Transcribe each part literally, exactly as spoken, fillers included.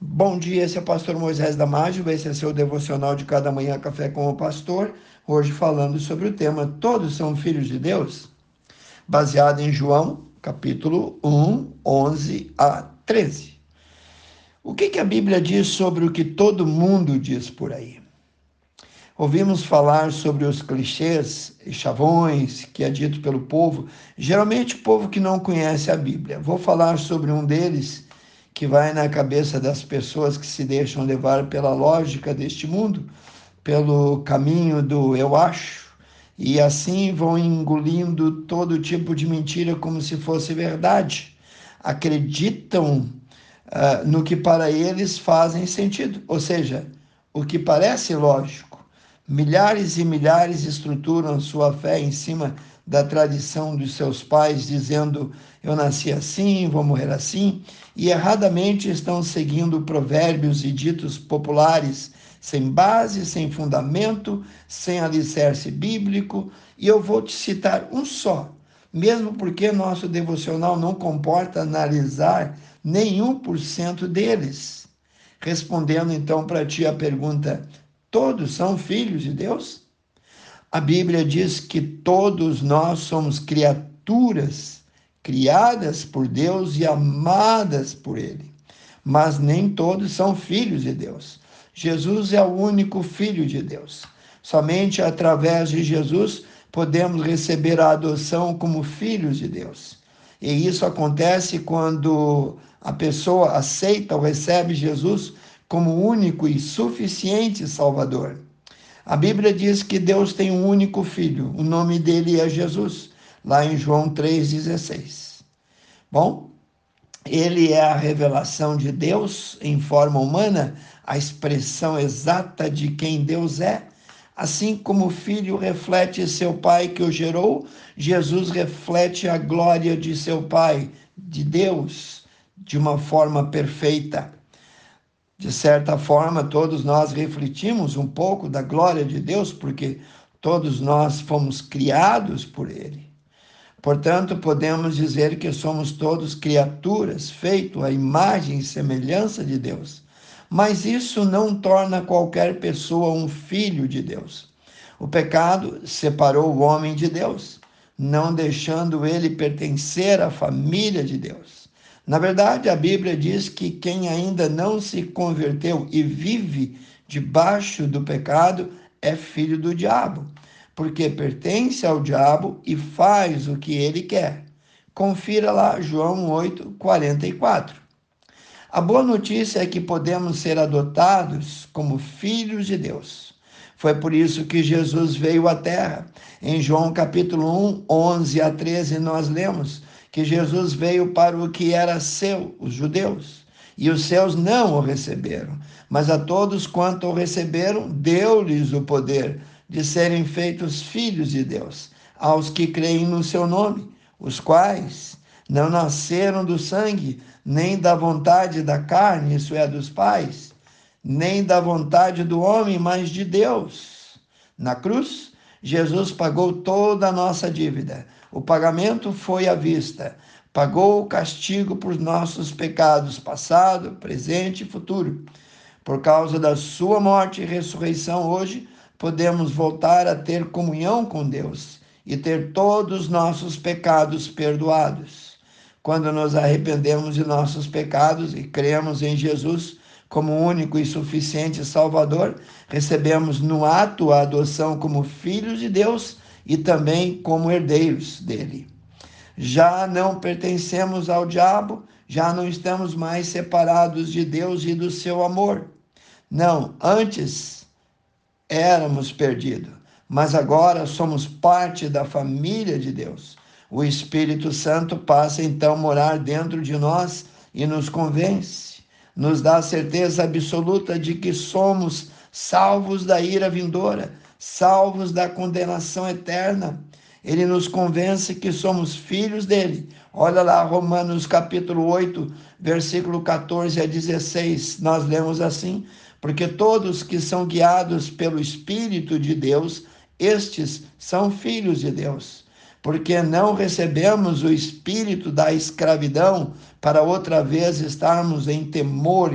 Bom dia, esse é o pastor Moisés Damásio, esse é seu devocional de cada manhã, Café com o Pastor, hoje falando sobre o tema Todos são filhos de Deus, baseado em João, capítulo um, onze a treze. O que, que a Bíblia diz sobre o que todo mundo diz por aí? Ouvimos falar sobre os clichês e chavões que é dito pelo povo, geralmente o povo que não conhece a Bíblia. Vou falar sobre um deles que vai na cabeça das pessoas que se deixam levar pela lógica deste mundo, pelo caminho do eu acho, e assim vão engolindo todo tipo de mentira como se fosse verdade. Acreditam uh, no que para eles fazem sentido, ou seja, o que parece lógico. Milhares e milhares estruturam sua fé em cima da tradição dos seus pais, dizendo: eu nasci assim, vou morrer assim, e erradamente estão seguindo provérbios e ditos populares sem base, sem fundamento, sem alicerce bíblico, e eu vou te citar um só, mesmo porque nosso devocional não comporta analisar nenhum por cento deles. Respondendo então para ti a pergunta: todos são filhos de Deus? A Bíblia diz que todos nós somos criaturas criadas por Deus e amadas por Ele, mas nem todos são filhos de Deus. Jesus é o único Filho de Deus. Somente através de Jesus podemos receber a adoção como filhos de Deus. E isso acontece quando a pessoa aceita ou recebe Jesus como único e suficiente Salvador. A Bíblia diz que Deus tem um único filho, o nome dele é Jesus, lá em João três dezesseis. Bom, ele é a revelação de Deus em forma humana, a expressão exata de quem Deus é. Assim como o filho reflete seu pai que o gerou, Jesus reflete a glória de seu pai, de Deus, de uma forma perfeita. De certa forma, todos nós refletimos um pouco da glória de Deus, porque todos nós fomos criados por Ele. Portanto, podemos dizer que somos todos criaturas, feitos à imagem e semelhança de Deus. Mas isso não torna qualquer pessoa um filho de Deus. O pecado separou o homem de Deus, não deixando ele pertencer à família de Deus. Na verdade, a Bíblia diz que quem ainda não se converteu e vive debaixo do pecado é filho do diabo, porque pertence ao diabo e faz o que ele quer. Confira lá João oito, quarenta e quatro. A boa notícia é que podemos ser adotados como filhos de Deus. Foi por isso que Jesus veio à terra. Em João capítulo um, onze a treze, nós lemos que Jesus veio para o que era seu, os judeus, e os seus não o receberam. Mas a todos quanto o receberam, deu-lhes o poder de serem feitos filhos de Deus, aos que creem no seu nome, os quais não nasceram do sangue, nem da vontade da carne, isso é, dos pais, nem da vontade do homem, mas de Deus. Na cruz, Jesus pagou toda a nossa dívida. O pagamento foi à vista. Pagou o castigo por nossos pecados, passado, presente e futuro. Por causa da sua morte e ressurreição, hoje podemos voltar a ter comunhão com Deus e ter todos os nossos pecados perdoados. Quando nos arrependemos de nossos pecados e cremos em Jesus como único e suficiente Salvador, recebemos no ato a adoção como filhos de Deus e também como herdeiros dele. Já não pertencemos ao diabo, já não estamos mais separados de Deus e do seu amor. Não, antes éramos perdidos, mas agora somos parte da família de Deus. O Espírito Santo passa então a morar dentro de nós e nos convence, nos dá a certeza absoluta de que somos salvos da ira vindoura, salvos da condenação eterna. Ele nos convence que somos filhos dele. Olha lá, Romanos capítulo oito, versículo catorze a dezesseis, nós lemos assim: porque todos que são guiados pelo Espírito de Deus, estes são filhos de Deus. Porque não recebemos o espírito da escravidão para outra vez estarmos em temor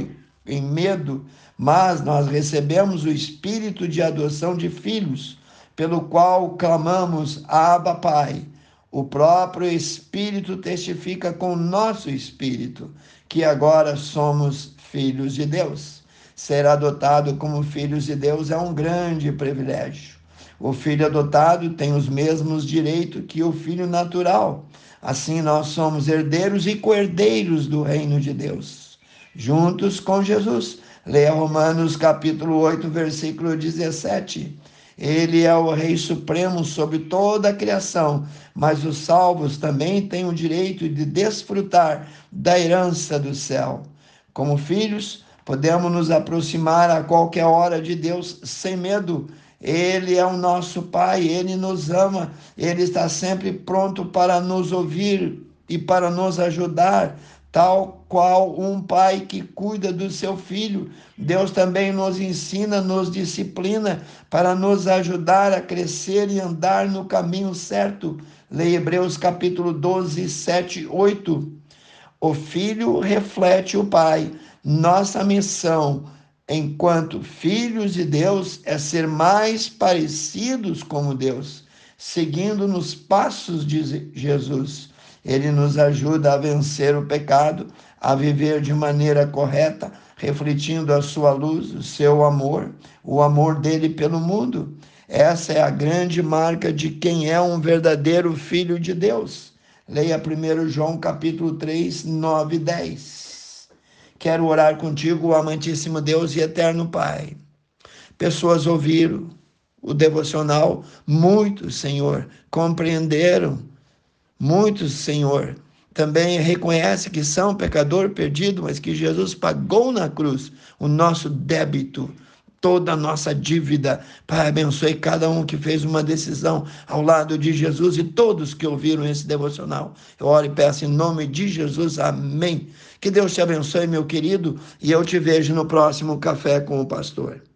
em medo, mas nós recebemos o espírito de adoção de filhos, pelo qual clamamos: Abba, Pai. O próprio Espírito testifica com o nosso espírito que agora somos filhos de Deus. Ser adotado como filhos de Deus é um grande privilégio. O filho adotado tem os mesmos direitos que o filho natural. Assim, nós somos herdeiros e co-herdeiros do reino de Deus, juntos com Jesus. Leia Romanos capítulo oito, versículo dezessete. Ele é o Rei Supremo sobre toda a criação, mas os salvos também têm o direito de desfrutar da herança do céu. Como filhos, podemos nos aproximar a qualquer hora de Deus sem medo. Ele é o nosso Pai, Ele nos ama, Ele está sempre pronto para nos ouvir e para nos ajudar, tal qual um pai que cuida do seu filho. Deus também nos ensina, nos disciplina para nos ajudar a crescer e andar no caminho certo. Leia Hebreus capítulo doze, sete, oito. O filho reflete o pai. Nossa missão enquanto filhos de Deus é ser mais parecidos com Deus, seguindo nos passos de Jesus. Ele nos ajuda a vencer o pecado, a viver de maneira correta, refletindo a sua luz, o seu amor, o amor dele pelo mundo. Essa é a grande marca de quem é um verdadeiro filho de Deus. Leia primeiro João capítulo três, nove e dez. Quero orar contigo, amantíssimo Deus e eterno Pai. Pessoas ouviram o devocional, muitos, Senhor, compreenderam. Muitos, Senhor, também reconhecem que são pecador perdido, mas que Jesus pagou na cruz o nosso débito, toda a nossa dívida. Pai, abençoe cada um que fez uma decisão ao lado de Jesus e todos que ouviram esse devocional. Eu oro e peço em nome de Jesus, amém. Que Deus te abençoe, meu querido, e eu te vejo no próximo Café com o Pastor.